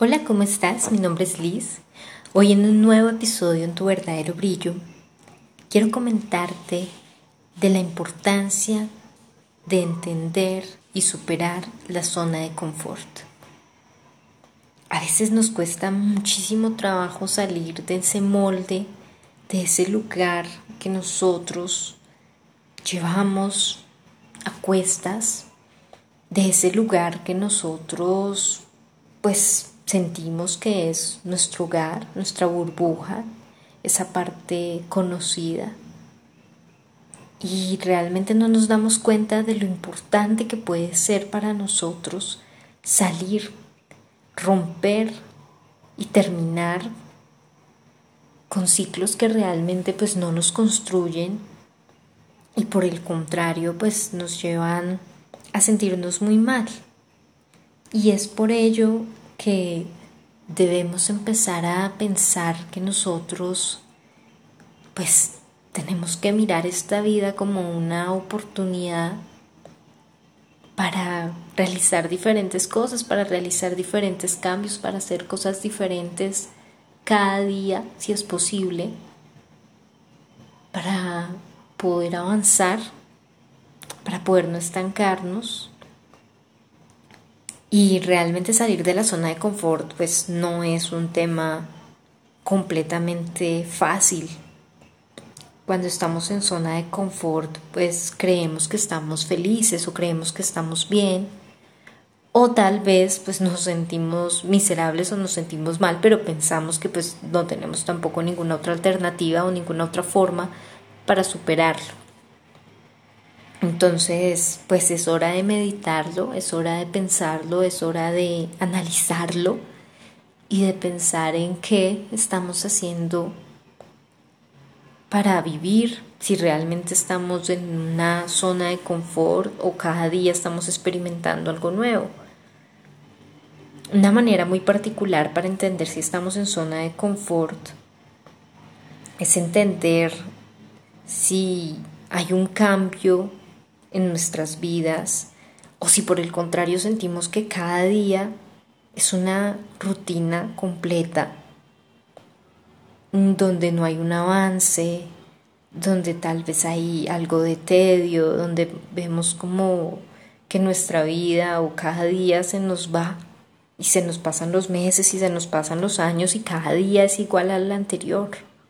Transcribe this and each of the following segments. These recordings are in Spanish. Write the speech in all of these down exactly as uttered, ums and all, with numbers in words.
Hola, ¿cómo estás? Mi nombre es Liz. Hoy en un nuevo episodio en Tu Verdadero Brillo, quiero comentarte de la importancia de entender y superar la zona de confort. A veces nos cuesta muchísimo trabajo salir de ese molde, de ese lugar que nosotros llevamos a cuestas, de ese lugar que nosotros pues sentimos que es nuestro hogar, nuestra burbuja, esa parte conocida. Y realmente no nos damos cuenta de lo importante que puede ser para nosotros salir, romper y terminar con ciclos que realmente pues no nos construyen y por el contrario pues nos llevan a sentirnos muy mal. Y es por ello que debemos empezar a pensar que nosotros pues tenemos que mirar esta vida como una oportunidad para realizar diferentes cosas, para realizar diferentes cambios, para hacer cosas diferentes cada día, si es posible, para poder avanzar, para poder no estancarnos. Y realmente salir de la zona de confort pues no es un tema completamente fácil. Cuando estamos en zona de confort pues creemos que estamos felices o creemos que estamos bien, o tal vez pues nos sentimos miserables o nos sentimos mal, pero pensamos que pues no tenemos tampoco ninguna otra alternativa o ninguna otra forma para superarlo. Entonces, pues es hora de meditarlo, es hora de pensarlo, es hora de analizarlo y de pensar en qué estamos haciendo para vivir, si realmente estamos en una zona de confort o cada día estamos experimentando algo nuevo. Una manera muy particular para entender si estamos en zona de confort es entender si hay un cambio en nuestras vidas o si por el contrario sentimos que cada día es una rutina completa donde no hay un avance, donde tal vez hay algo de tedio, donde vemos como que nuestra vida o cada día se nos va y se nos pasan los meses y se nos pasan los años y cada día es igual al anterior.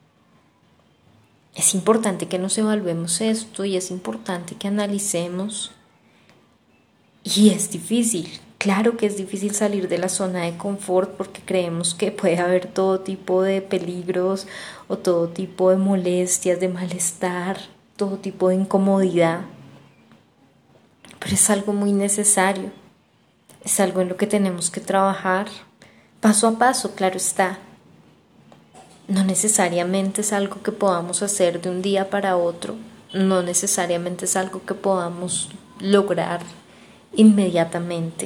Es importante que nos evaluemos esto y es importante que analicemos. Y es difícil, claro que es difícil salir de la zona de confort porque creemos que puede haber todo tipo de peligros o todo tipo de molestias, de malestar, todo tipo de incomodidad. Pero es algo muy necesario, es algo en lo que tenemos que trabajar paso a paso, claro está. No necesariamente es algo que podamos hacer de un día para otro, no necesariamente es algo que podamos lograr inmediatamente.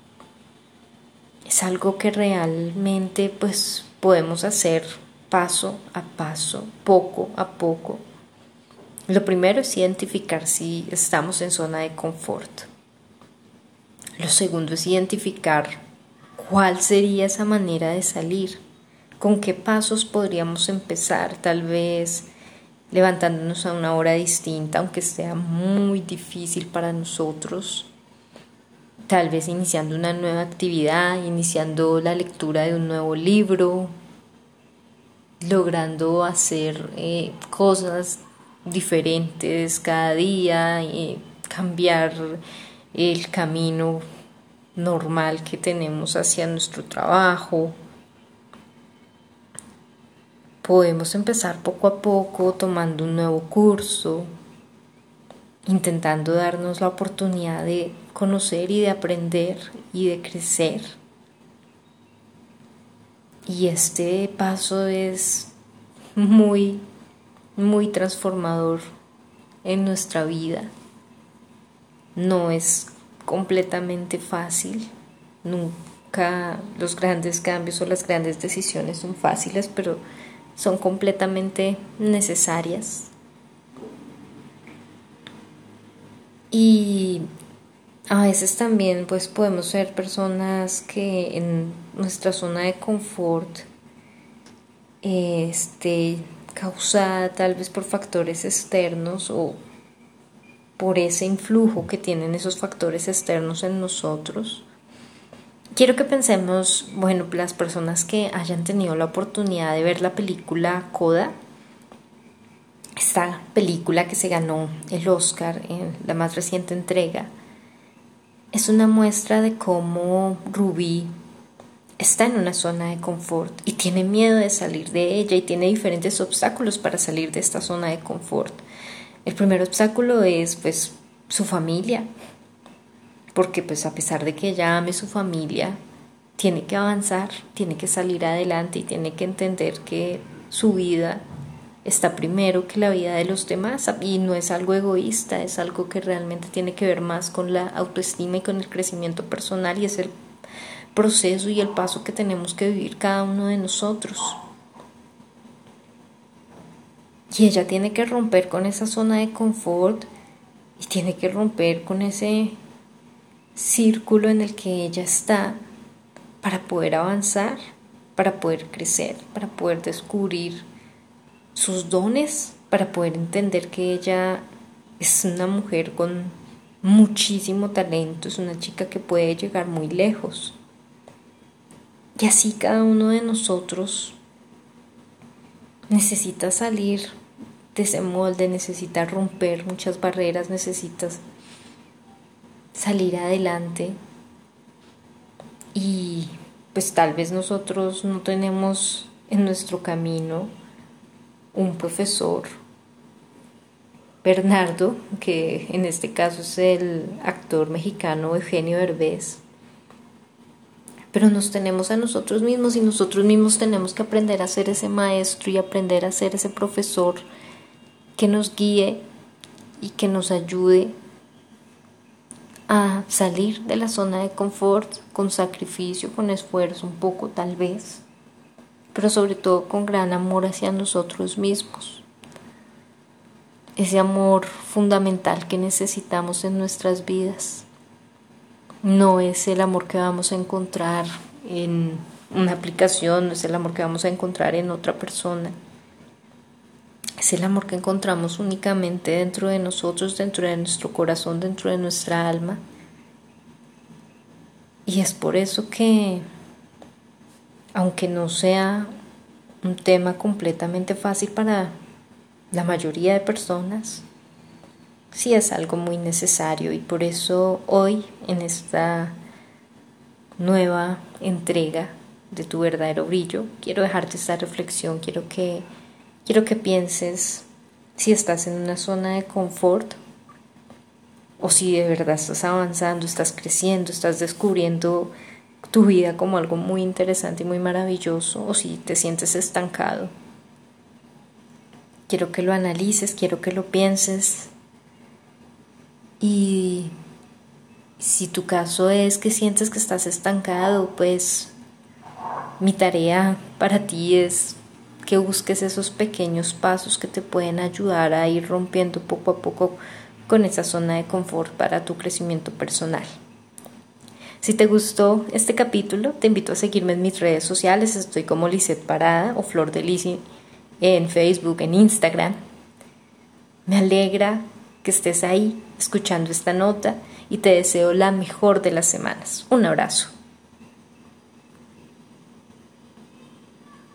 Es algo que realmente pues podemos hacer paso a paso, poco a poco. Lo primero es identificar si estamos en zona de confort. Lo segundo es identificar cuál sería esa manera de salir. ¿Con qué pasos podríamos empezar? Tal vez levantándonos a una hora distinta, aunque sea muy difícil para nosotros. Tal vez iniciando una nueva actividad, iniciando la lectura de un nuevo libro, logrando hacer eh, cosas diferentes cada día, eh, cambiar el camino normal que tenemos hacia nuestro trabajo. Podemos empezar poco a poco tomando un nuevo curso, intentando darnos la oportunidad de conocer y de aprender y de crecer. Y este paso es muy, muy transformador en nuestra vida. No es completamente fácil, nunca los grandes cambios o las grandes decisiones son fáciles, pero son completamente necesarias. Y A veces también pues podemos ser personas que en nuestra zona de confort eh, esté causada tal vez por factores externos o por ese influjo que tienen esos factores externos en nosotros. Quiero que pensemos, bueno, las personas que hayan tenido la oportunidad de ver la película Coda, esta película que se ganó el Oscar en la más reciente entrega, es una muestra de cómo Ruby está en una zona de confort y tiene miedo de salir de ella y tiene diferentes obstáculos para salir de esta zona de confort. El primer obstáculo es pues su familia, porque pues a pesar de que ella ame su familia, tiene que avanzar, tiene que salir adelante y tiene que entender que su vida está primero que la vida de los demás, y no es algo egoísta, es algo que realmente tiene que ver más con la autoestima y con el crecimiento personal, y es el proceso y el paso que tenemos que vivir cada uno de nosotros. Y ella tiene que romper con esa zona de confort y tiene que romper con ese círculo en el que ella está para poder avanzar, para poder crecer, para poder descubrir sus dones, para poder entender que ella es una mujer con muchísimo talento, es una chica que puede llegar muy lejos. Y así cada uno de nosotros necesita salir de ese molde, necesita romper muchas barreras, necesitas salir adelante. Y pues tal vez nosotros no tenemos en nuestro camino un profesor, Bernardo, que en este caso es el actor mexicano Eugenio Derbez, pero nos tenemos a nosotros mismos y nosotros mismos tenemos que aprender a ser ese maestro y aprender a ser ese profesor que nos guíe y que nos ayude a salir de la zona de confort con sacrificio, con esfuerzo un poco tal vez, pero sobre todo con gran amor hacia nosotros mismos. Ese amor fundamental que necesitamos en nuestras vidas. No es el amor que vamos a encontrar en una aplicación, no es el amor que vamos a encontrar en otra persona. Es el amor que encontramos únicamente dentro de nosotros, dentro de nuestro corazón, dentro de nuestra alma. Y es por eso que, aunque no sea un tema completamente fácil para la mayoría de personas, sí es algo muy necesario, y por eso hoy en esta nueva entrega de Tu Verdadero Brillo quiero dejarte esta reflexión, quiero que, quiero que pienses si estás en una zona de confort o si de verdad estás avanzando, estás creciendo, estás descubriendo tu vida como algo muy interesante y muy maravilloso, o si te sientes estancado. Quiero que lo analices, quiero que lo pienses. Y si tu caso es que sientes que estás estancado, pues mi tarea para ti es que busques esos pequeños pasos que te pueden ayudar a ir rompiendo poco a poco con esa zona de confort para tu crecimiento personal. Si te gustó este capítulo, te invito a seguirme en mis redes sociales. Estoy como Lisette Parada o Flor de Lizzy en Facebook, en Instagram. Me alegra que estés ahí escuchando esta nota y te deseo la mejor de las semanas. Un abrazo.